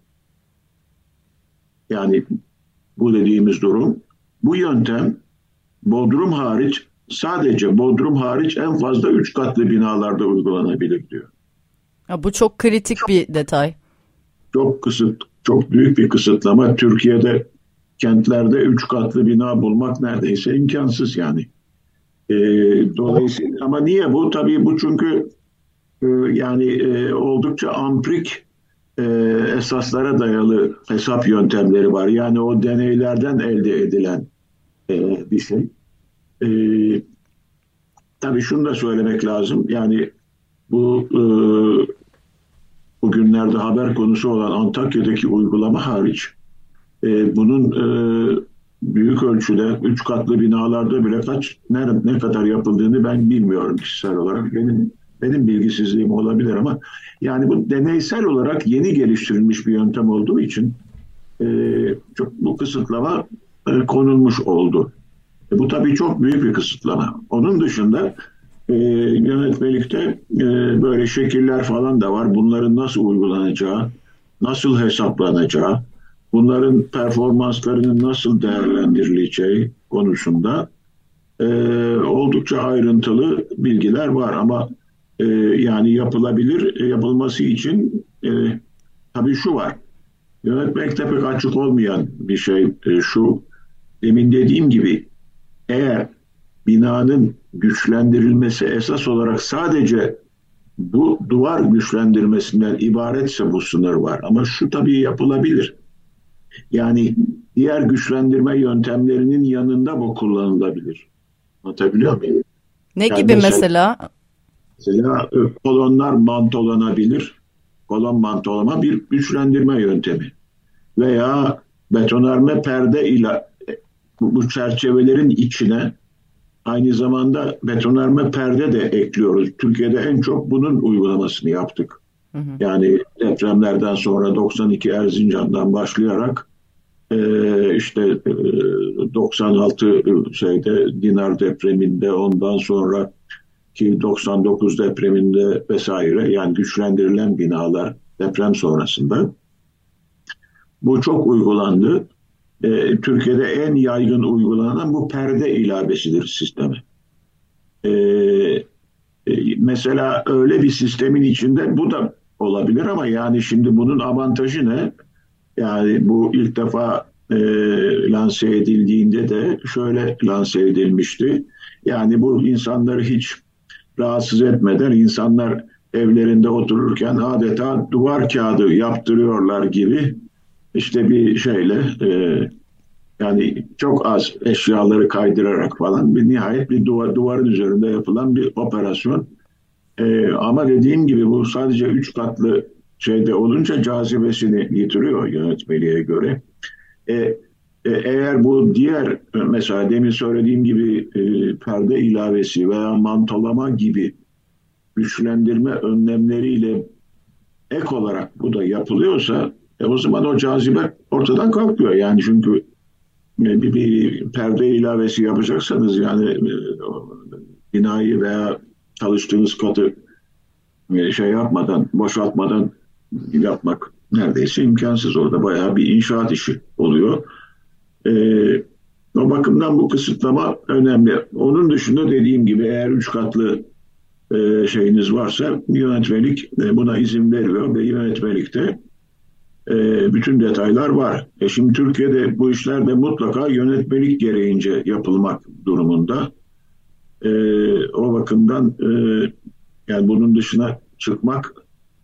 yani bu dediğimiz durum, bu yöntem bodrum hariç, sadece bodrum hariç en fazla üç katlı binalarda uygulanabilir diyor. Ya bu çok kritik bir detay. Çok kısıt, çok büyük bir kısıtlama. Türkiye'de kentlerde üç katlı bina bulmak neredeyse imkansız yani. E, dolayısıyla ama niye bu? Tabii bu çünkü e, yani e, oldukça amprik e, esaslara dayalı hesap yöntemleri var. Yani o deneylerden elde edilen e, bir şey. E, tabii şunu da söylemek lazım. Yani bu e, bugünlerde haber konusu olan Antakya'daki uygulama hariç e, bunun e, büyük ölçüde üç katlı binalarda bile kaç ne, ne kadar yapıldığını ben bilmiyorum kişisel olarak. Benim benim bilgisizliğim olabilir ama yani bu deneysel olarak yeni geliştirilmiş bir yöntem olduğu için e, çok bu kısıtlama e, konulmuş oldu. E, bu tabii çok büyük bir kısıtlama. Onun dışında e, yönetmelikte e, böyle şekiller falan da var. Bunların nasıl uygulanacağı, nasıl hesaplanacağı, bunların performanslarının nasıl değerlendirileceği konusunda e, oldukça ayrıntılı bilgiler var ama e, yani yapılabilir, e, yapılması için e, tabii şu var. Yönetmelikte pek açık olmayan bir şey e, şu. Demin dediğim gibi eğer binanın güçlendirilmesi esas olarak sadece bu duvar güçlendirmesinden ibaretse bu sınır var. Ama şu tabii yapılabilir. Yani diğer güçlendirme yöntemlerinin yanında bu kullanılabilir. Anlatabiliyor muyum? Ne yani gibi mesela? Mesela, mesela kolonlar mantolanabilir. Kolon mantolama bir güçlendirme yöntemi. Veya betonarme perde ile bu çerçevelerin içine aynı zamanda betonarme perde de ekliyoruz. Türkiye'de en çok bunun uygulamasını yaptık. Hı hı. Yani depremlerden sonra doksan iki Erzincan'dan başlayarak e, işte e, doksan altı şeyde Dinar depreminde, ondan sonra ki doksan dokuz depreminde vesaire, yani güçlendirilen binalar deprem sonrasında bu çok uygulandı. E, Türkiye'de en yaygın uygulanan bu perde ilavesidir sistemi. E, e, mesela öyle bir sistemin içinde bu da olabilir ama yani şimdi bunun avantajı ne? Yani bu ilk defa e, lanse edildiğinde de şöyle lanse edilmişti. Yani bu insanları hiç rahatsız etmeden insanlar evlerinde otururken adeta duvar kağıdı yaptırıyorlar gibi işte bir şeyle e, yani çok az eşyaları kaydırarak falan bir nihayet bir duvar, duvarın üzerinde yapılan bir operasyon. E, ama dediğim gibi bu sadece üç katlı şeyde olunca cazibesini yitiriyor yönetmeliğe göre. E, e, eğer bu diğer mesela demin söylediğim gibi e, perde ilavesi veya mantolama gibi güçlendirme önlemleriyle ek olarak bu da yapılıyorsa e, o zaman o cazibe ortadan kalkıyor. Yani çünkü e, bir, bir perde ilavesi yapacaksanız yani e, binayı veya çalıştığınız katı e, şey yapmadan, boşaltmadan yapmak neredeyse imkansız. Orada bayağı bir inşaat işi oluyor. E, o bakımdan bu kısıtlama önemli. Onun dışında dediğim gibi eğer üç katlı e, şeyiniz varsa yönetmelik e, buna izin veriyor ve yönetmelikte e, bütün detaylar var. E şimdi Türkiye'de bu işler de mutlaka yönetmelik gereğince yapılmak durumunda. E, o bakımdan e, yani bunun dışına çıkmak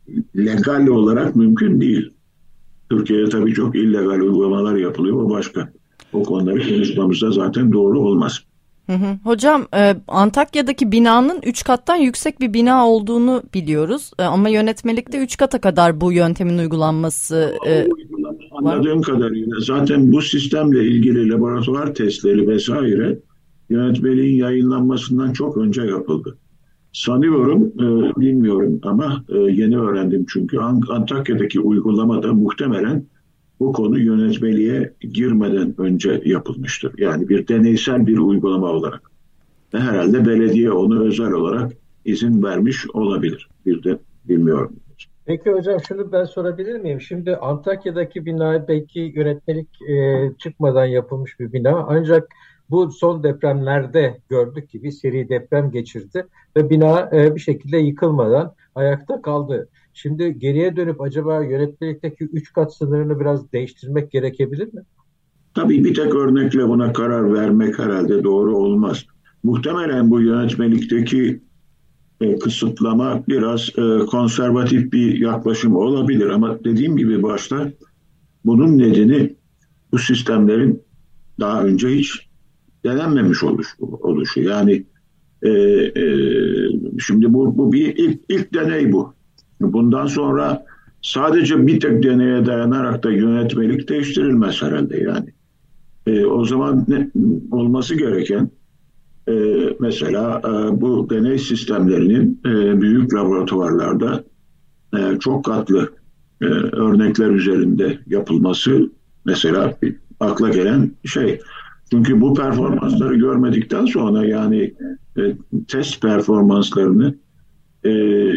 legal olarak mümkün değil. Türkiye'de tabii çok illegal uygulamalar yapılıyor. O başka. O konuları konuşmamızda zaten doğru olmaz. Hı hı. Hocam e, Antakya'daki binanın üç kattan yüksek bir bina olduğunu biliyoruz. E, ama yönetmelikte üç kata kadar bu yöntemin uygulanması e, anladığım var. kadarıyla zaten bu sistemle ilgili laboratuvar testleri vesaire yönetmeliğin yayınlanmasından çok önce yapıldı. Sanıyorum, e, bilmiyorum ama e, yeni öğrendim çünkü Antakya'daki uygulamada muhtemelen bu konu yönetmeliğe girmeden önce yapılmıştır. Yani bir deneysel bir uygulama olarak. Ve herhalde belediye onu özel olarak izin vermiş olabilir. Bir de bilmiyorum. Peki hocam şunu ben sorabilir miyim? Şimdi Antakya'daki bina belki yönetmelik e, çıkmadan yapılmış bir bina. Ancak bu son depremlerde gördük ki bir seri deprem geçirdi ve bina e, bir şekilde yıkılmadan ayakta kaldı. Şimdi geriye dönüp acaba yönetmelikteki üç kat sınırını biraz değiştirmek gerekebilir mi? Tabii bir tek örnekle buna karar vermek herhalde doğru olmaz. Muhtemelen bu yönetmelikteki e, kısıtlama biraz e, konservatif bir yaklaşım olabilir ama dediğim gibi başta bunun nedeni bu sistemlerin daha önce hiç denenmemiş oluş, oluşu. Yani e, e, şimdi bu, bu bir ilk, ilk deney bu. Bundan sonra sadece bir tek deneye dayanarak da yönetmelik değiştirilmez herhalde yani. E, o zaman ne, olması gereken e, mesela e, bu deney sistemlerinin e, büyük laboratuvarlarda e, çok katlı e, örnekler üzerinde yapılması mesela bir, akla gelen şey. Çünkü bu performansları görmedikten sonra yani e, test performanslarını e,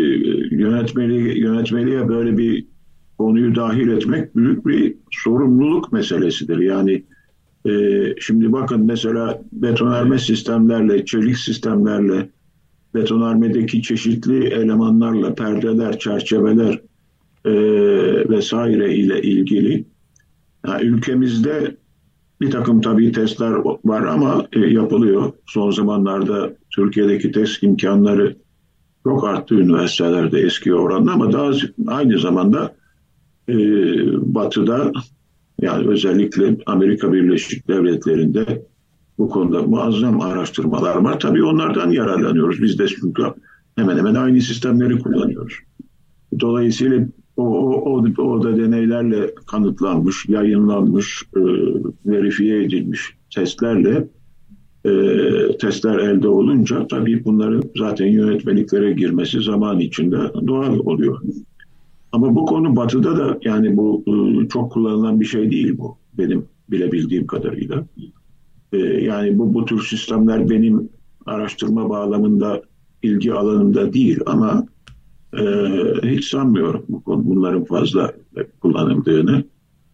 yönetmeli yönetmeliğe böyle bir konuyu dahil etmek büyük bir sorumluluk meselesidir. Yani e, şimdi bakın mesela betonarme sistemlerle, çelik sistemlerle, betonarmedeki çeşitli elemanlarla, perdeler, çerçeveler e, vesaire ile ilgili yani ülkemizde bir takım tabii testler var ama e, yapılıyor. Son zamanlarda Türkiye'deki test imkanları çok arttı üniversitelerde eski oranla ama daha aynı zamanda e, Batı'da yani özellikle Amerika Birleşik Devletleri'nde bu konuda muazzam araştırmalar var. Tabii onlardan yararlanıyoruz. Biz de çünkü hemen hemen aynı sistemleri kullanıyoruz. Dolayısıyla o, o, o, o da deneylerle kanıtlanmış, yayınlanmış, e, verifiye edilmiş testlerle e, testler elde olunca tabii bunların zaten yönetmeliklere girmesi zaman içinde doğal oluyor. Ama bu konu Batı'da da yani bu e, çok kullanılan bir şey değil bu benim bilebildiğim kadarıyla. E, yani bu bu tür sistemler benim araştırma bağlamında ilgi alanımda değil ama e, hiç sanmıyorum bu konu bunların fazla kullanıldığını.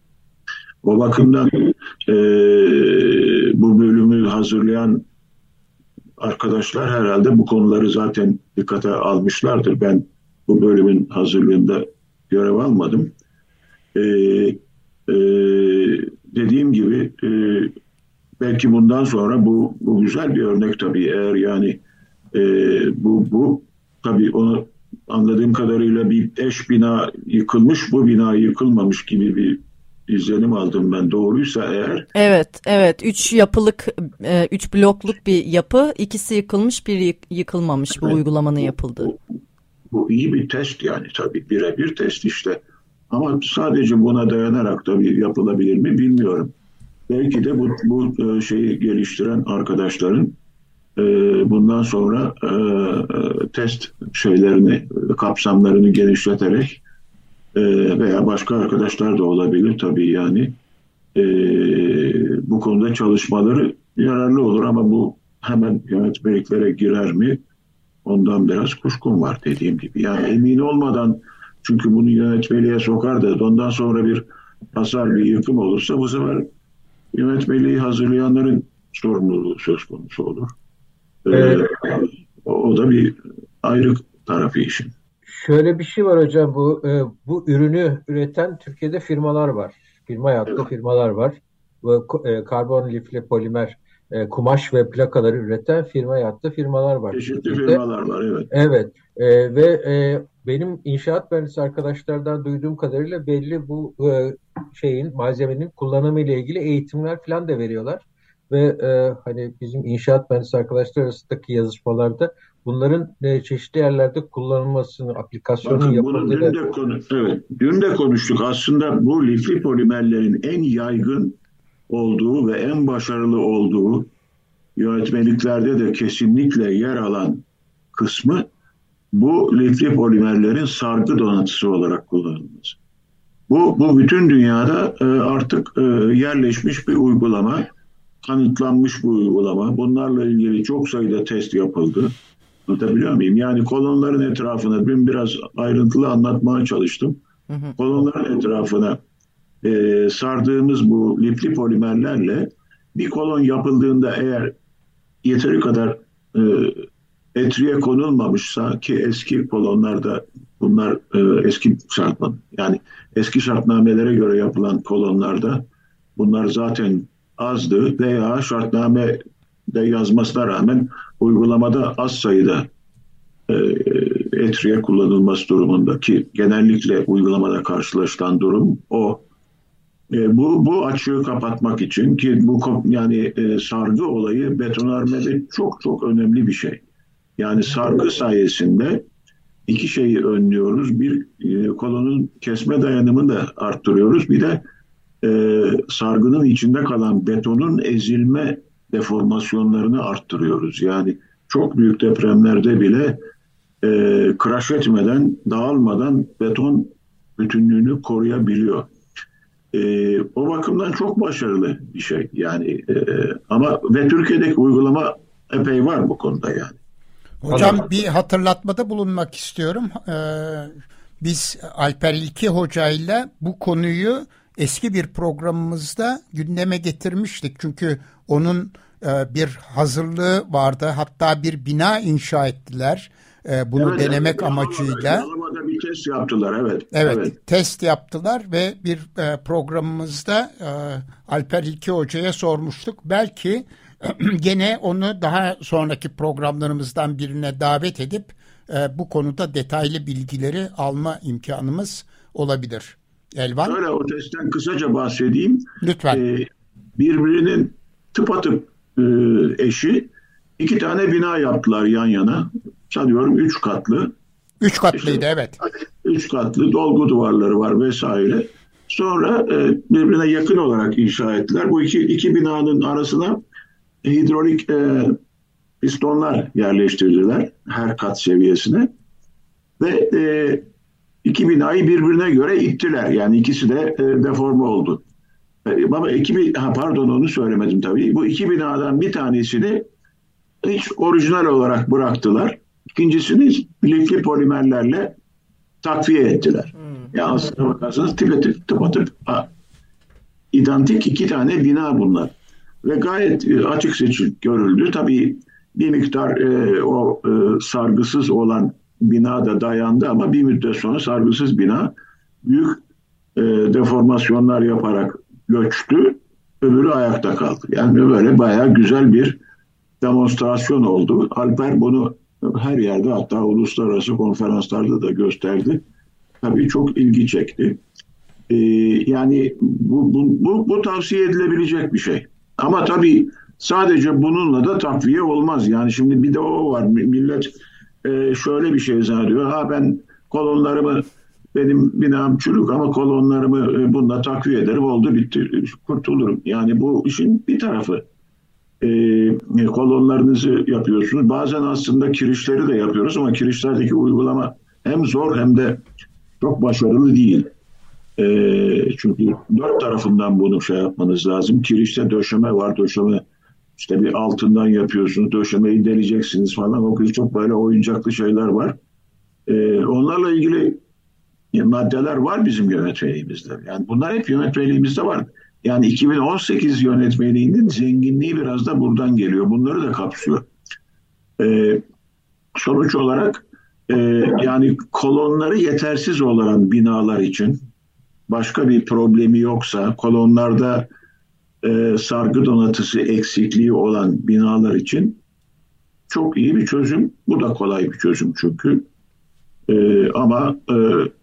O bakımdan e, bu bölümü hazırlayan arkadaşlar herhalde bu konuları zaten dikkate almışlardır. Ben bu bölümün hazırlığında görev almadım. E, e, dediğim gibi e, belki bundan sonra bu, bu güzel bir örnek tabii, eğer yani e, bu, bu tabii onu anladığım kadarıyla bir eş bina yıkılmış, bu bina yıkılmamış gibi bir izlenim aldım ben, doğruysa eğer. Evet, evet. Üç yapılık, e, üç blokluk bir yapı. İkisi yıkılmış, biri yıkılmamış bu Evet, uygulamanın bu, yapıldığı. Bu, bu iyi bir test yani, tabii birebir test işte. Ama sadece buna dayanarak tabii yapılabilir mi bilmiyorum. Belki de bu, bu şeyi geliştiren arkadaşların e, bundan sonra e, test şeylerini, kapsamlarını genişleterek e, veya başka arkadaşlar da olabilir tabii yani, e, bu konuda çalışmaları yararlı olur, ama bu hemen yönetmeliklere girer mi? Ondan biraz kuşkum var dediğim gibi. Yani emin olmadan, çünkü bunu yönetmeliğe sokar da ondan sonra bir hasar, bir yıkım olursa bu sefer yönetmeliği hazırlayanların sorumluluğu söz konusu olur. Ee, Evet. o, o da bir ayrı tarafı işin. Şöyle bir şey var hocam, bu e, bu ürünü üreten Türkiye'de firmalar var. Firma yaptığı firmalar var. Bu e, karbon lifli polimer e, kumaş ve plakaları üreten firma yaptığı firmalar var Çeşitli Türkiye'de. firmalar var, evet. Evet. E, ve e, benim inşaat mühendisi arkadaşlardan duyduğum kadarıyla belli bu e, şeyin, malzemenin kullanımı ile ilgili eğitimler falan da veriyorlar. Ve e, hani bizim inşaat mühendisi arkadaşlar arasındaki yazışmalarda bunların e, çeşitli yerlerde kullanılmasını, aplikasyonun Bakın bunu dün yapıldığı. de konu, evet, dün de konuştuk. Aslında bu lifli polimerlerin en yaygın olduğu ve en başarılı olduğu, yönetmeliklerde de kesinlikle yer alan kısmı, bu lifli polimerlerin sargı donatısı olarak kullanılması. Bu, bu bütün dünyada e, artık e, yerleşmiş bir uygulama, kanıtlanmış bir uygulama. Bunlarla ilgili çok sayıda test yapıldı. Anlatabiliyor muyum? Yani kolonların etrafına, dün biraz ayrıntılı anlatmaya çalıştım. Hı hı. Kolonların etrafına e, sardığımız bu lifli polimerlerle bir kolon yapıldığında, eğer yeteri kadar e, etriye konulmamışsa, ki eski kolonlarda bunlar e, eski şartname, yani eski şartnamelere göre yapılan kolonlarda bunlar zaten azdı veya şartnamede yazmasına rağmen uygulamada az sayıda e, etriye kullanılması durumunda, ki genellikle uygulamada karşılaşılan durum o. E, bu bu açığı kapatmak için, ki bu yani e, sargı olayı betonarmede çok çok önemli bir şey. Yani sargı sayesinde iki şeyi önlüyoruz. Bir, e, kolonun kesme dayanımını da arttırıyoruz. Bir de e, sargının içinde kalan betonun ezilme deformasyonlarını arttırıyoruz. Yani çok büyük depremlerde bile e, crash etmeden, dağılmadan beton bütünlüğünü koruyabiliyor. E, o bakımdan çok başarılı bir şey. Yani e, ama ve Türkiye'deki uygulama epey var bu konuda yani. Hocam bir hatırlatmada bulunmak istiyorum. Ee, biz Alper İlki Hoca ile bu konuyu eski bir programımızda gündeme getirmiştik. Çünkü onun e, bir hazırlığı vardı. Hatta bir bina inşa ettiler. E, bunu evet, denemek evet, amacıyla. Yalova'da bir test yaptılar, evet. Evet, evet. test yaptılar ve bir e, programımızda e, Alper İlki Hoca'ya sormuştuk. Belki gene onu daha sonraki programlarımızdan birine davet edip e, bu konuda detaylı bilgileri alma imkanımız olabilir. Elvan? Şöyle, o testten kısaca bahsedeyim. Lütfen. Ee, birbirinin tıpatıp e, eşi iki tane bina yaptılar yan yana. Sanıyorum üç katlı. Üç katlıydı, işte, evet. Üç katlı, dolgu duvarları var vesaire. Sonra e, birbirine yakın olarak inşa ettiler. Bu iki, iki binanın arasına hidrolik e, pistonlar yerleştirdiler her kat seviyesine ve e, iki binayı birbirine göre ittiler. Yani ikisi de e, deforme oldu. E, ama iki, ha, pardon onu söylemedim tabii. Bu iki binadan bir tanesini hiç orijinal olarak bıraktılar. İkincisini lifli polimerlerle takviye ettiler. Hmm. Ya aslına bakarsanız tıpatıp tıpatıp identik iki tane bina bunlar. Ve gayet e, açık seçik görüldü. Tabii bir miktar e, o e, sargısız olan bina da dayandı, ama bir müddet sonra sargısız bina büyük e, deformasyonlar yaparak göçtü. öbürü ayakta kaldı. Yani böyle bayağı güzel bir demonstrasyon oldu. Alper bunu her yerde, hatta uluslararası konferanslarda da gösterdi. Tabii çok ilgi çekti. Ee, yani bu, bu, bu, bu tavsiye edilebilecek bir şey. Ama tabii sadece bununla da takviye olmaz. Yani şimdi bir de o var. Millet e, şöyle bir şey zannediyor. Ha ben kolonlarımı, benim binam çürük ama kolonlarımı e, bununla takviye ederim. Oldu bitti, kurtulurum. Yani bu işin bir tarafı. E, kolonlarınızı yapıyorsunuz. Bazen aslında kirişleri de yapıyoruz ama kirişlerdeki uygulama hem zor hem de çok başarılı değil. E, çünkü dört tarafından bunu şey yapmanız lazım. Kirişte döşeme var. Döşeme işte bir altından yapıyorsunuz. Döşemeyi deleceksiniz falan. O kız çok böyle oyuncaklı şeyler var. E, onlarla ilgili maddeler var bizim yönetmeliğimizde. Yani bunlar hep yönetmeliğimizde var. Yani iki bin on sekiz yönetmeliğinin zenginliği biraz da buradan geliyor. Bunları da kapsıyor. Ee, sonuç olarak e, yani kolonları yetersiz olan binalar için başka bir problemi yoksa, kolonlarda e, sargı donatısı eksikliği olan binalar için çok iyi bir çözüm. Bu da kolay bir çözüm çünkü. E, ama e,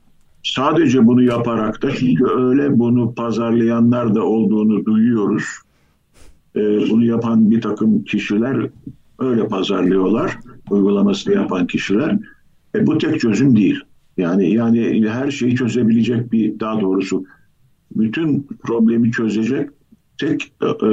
sadece bunu yaparak da, çünkü öyle bunu pazarlayanlar da olduğunu duyuyoruz. Ee, bunu yapan bir takım kişiler öyle pazarlıyorlar. Uygulamasını yapan kişiler. E, bu tek çözüm değil. Yani yani her şeyi çözebilecek bir, daha doğrusu bütün problemi çözecek tek e, e,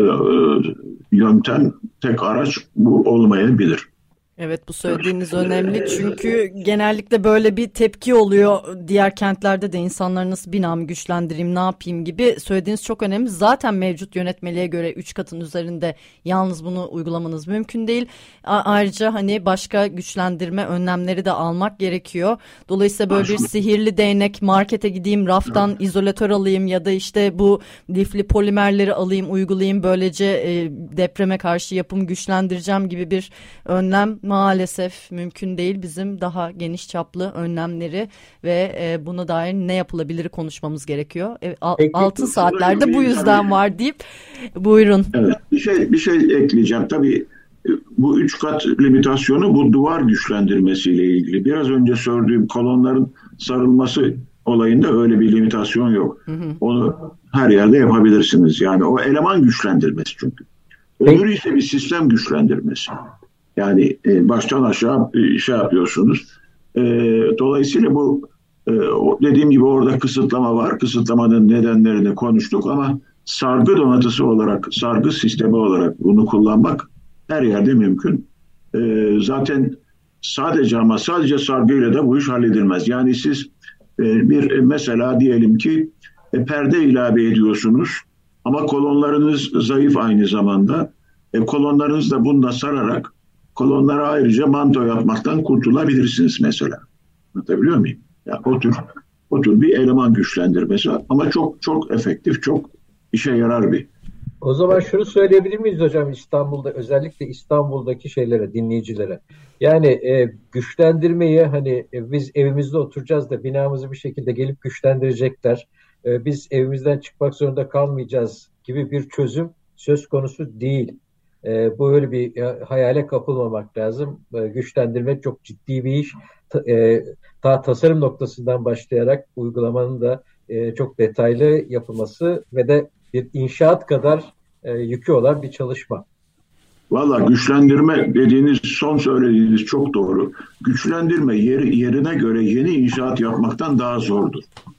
yöntem, tek araç bu olmayabilir. Evet, bu söylediğiniz önemli çünkü genellikle böyle bir tepki oluyor diğer kentlerde de, insanlar nasıl binamı güçlendireyim, ne yapayım gibi. Söylediğiniz çok önemli. Zaten mevcut yönetmeliğe göre üç katın üzerinde yalnız bunu uygulamanız mümkün değil. A- ayrıca hani başka güçlendirme önlemleri de almak gerekiyor. Dolayısıyla böyle bir sihirli değnek, markete gideyim raftan evet. izolatör alayım ya da işte bu lifli polimerleri alayım, uygulayayım, böylece e, depreme karşı yapımı güçlendireceğim gibi bir önlem maalesef mümkün değil. Bizim daha geniş çaplı önlemleri ve e, buna dair ne yapılabilir konuşmamız gerekiyor. E, al, Peki, altın saatlerde bu yüzden var deyip buyurun. Evet, bir şey bir şey ekleyeceğim. Tabii bu üç kat limitasyonu bu duvar güçlendirmesiyle ilgili. Biraz önce söylediğim kolonların sarılması olayında öyle bir limitasyon yok. Hı hı. Onu her yerde yapabilirsiniz. Yani o eleman güçlendirmesi çünkü. Öbürü ise bir sistem güçlendirmesi. Yani e, baştan aşağı e, şey yapıyorsunuz. E, dolayısıyla bu e, dediğim gibi orada kısıtlama var. Kısıtlamanın nedenlerini konuştuk ama sargı donatısı olarak, sargı sistemi olarak bunu kullanmak her yerde mümkün. E, zaten sadece ama sadece sargıyla da bu iş halledilmez. Yani siz e, bir e, mesela diyelim ki e, perde ilave ediyorsunuz ama kolonlarınız zayıf aynı zamanda. E, kolonlarınızı da bununla sararak kolonlara ayrıca manto yapmaktan kurtulabilirsiniz mesela. Anlatabiliyor muyum? Yani o tür, o tür bir eleman güçlendirmesi ama çok çok efektif, çok işe yarar bir. O zaman şunu söyleyebilir miyiz hocam, İstanbul'da, özellikle İstanbul'daki şeylere, dinleyicilere? Yani e, güçlendirmeyi hani e, biz evimizde oturacağız da binamızı bir şekilde gelip güçlendirecekler. E, biz evimizden çıkmak zorunda kalmayacağız gibi bir çözüm söz konusu değil. E, böyle bir e, hayale kapılmamak lazım. E, güçlendirmek çok ciddi bir iş. Ta, e, ta tasarım noktasından başlayarak uygulamanın da e, çok detaylı yapılması ve de bir inşaat kadar e, yükü olan bir çalışma. Valla güçlendirme dediğiniz, son söylediğiniz çok doğru. Güçlendirme yeri, yerine göre yeni inşaat yapmaktan daha zordur.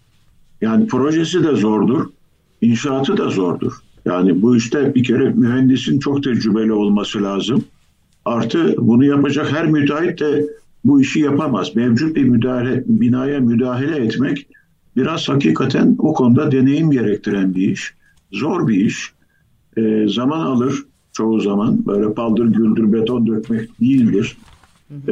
Yani projesi de zordur, inşaatı da zordur. Yani bu işte bir kere mühendisin çok tecrübeli olması lazım. Artı bunu yapacak her müteahhit de bu işi yapamaz. Mevcut bir müdahale, binaya müdahale etmek biraz hakikaten o konuda deneyim gerektiren bir iş. Zor bir iş. E, zaman alır çoğu zaman. Böyle paldır güldür beton dökmek değildir. E,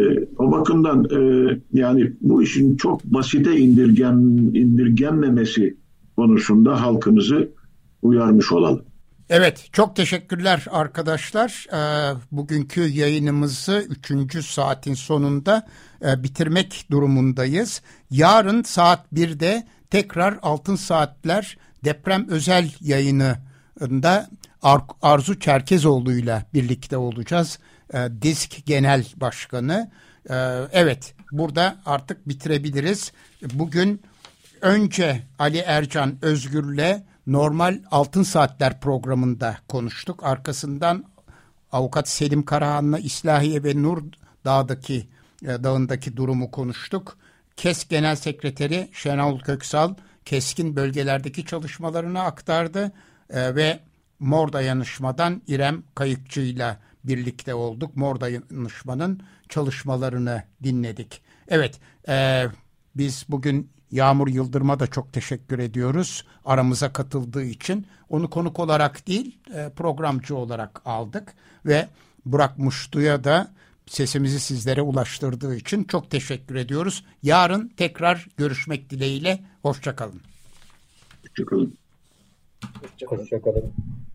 o bakımdan e, yani bu işin çok basite indirgen, indirgenmemesi konusunda halkımızı uyarmış olalım. Evet, çok teşekkürler arkadaşlar. Ee, bugünkü yayınımızı üçüncü saatin sonunda e, bitirmek durumundayız. Yarın saat birde tekrar Altın Saatler deprem özel yayını da Ar- Arzu Çerkezoğlu'yla birlikte olacağız. E, DİSK Genel Başkanı. E, evet, burada artık bitirebiliriz. Bugün önce Ali Ercan Özgür'le normal Altın Saatler programında konuştuk. Arkasından Avukat Selim Karahan'la İslahiye ve Nur Dağ'daki, e, Dağı'ndaki durumu konuştuk. KESK Genel Sekreteri Şenol Köksal KESK'in bölgelerdeki çalışmalarını aktardı e, ve Mor Dayanışma'dan İrem Kayıkçı'yla birlikte olduk. Mor Dayanışma'nın çalışmalarını dinledik. Evet, e, biz bugün Yağmur Yıldırım'a da çok teşekkür ediyoruz aramıza katıldığı için. Onu konuk olarak değil, e, programcı olarak aldık ve Burak Muştu'ya da sesimizi sizlere ulaştırdığı için çok teşekkür ediyoruz. Yarın tekrar görüşmek dileğiyle. Hoşça kalın. Hoşça kalın. Hoşça kalın.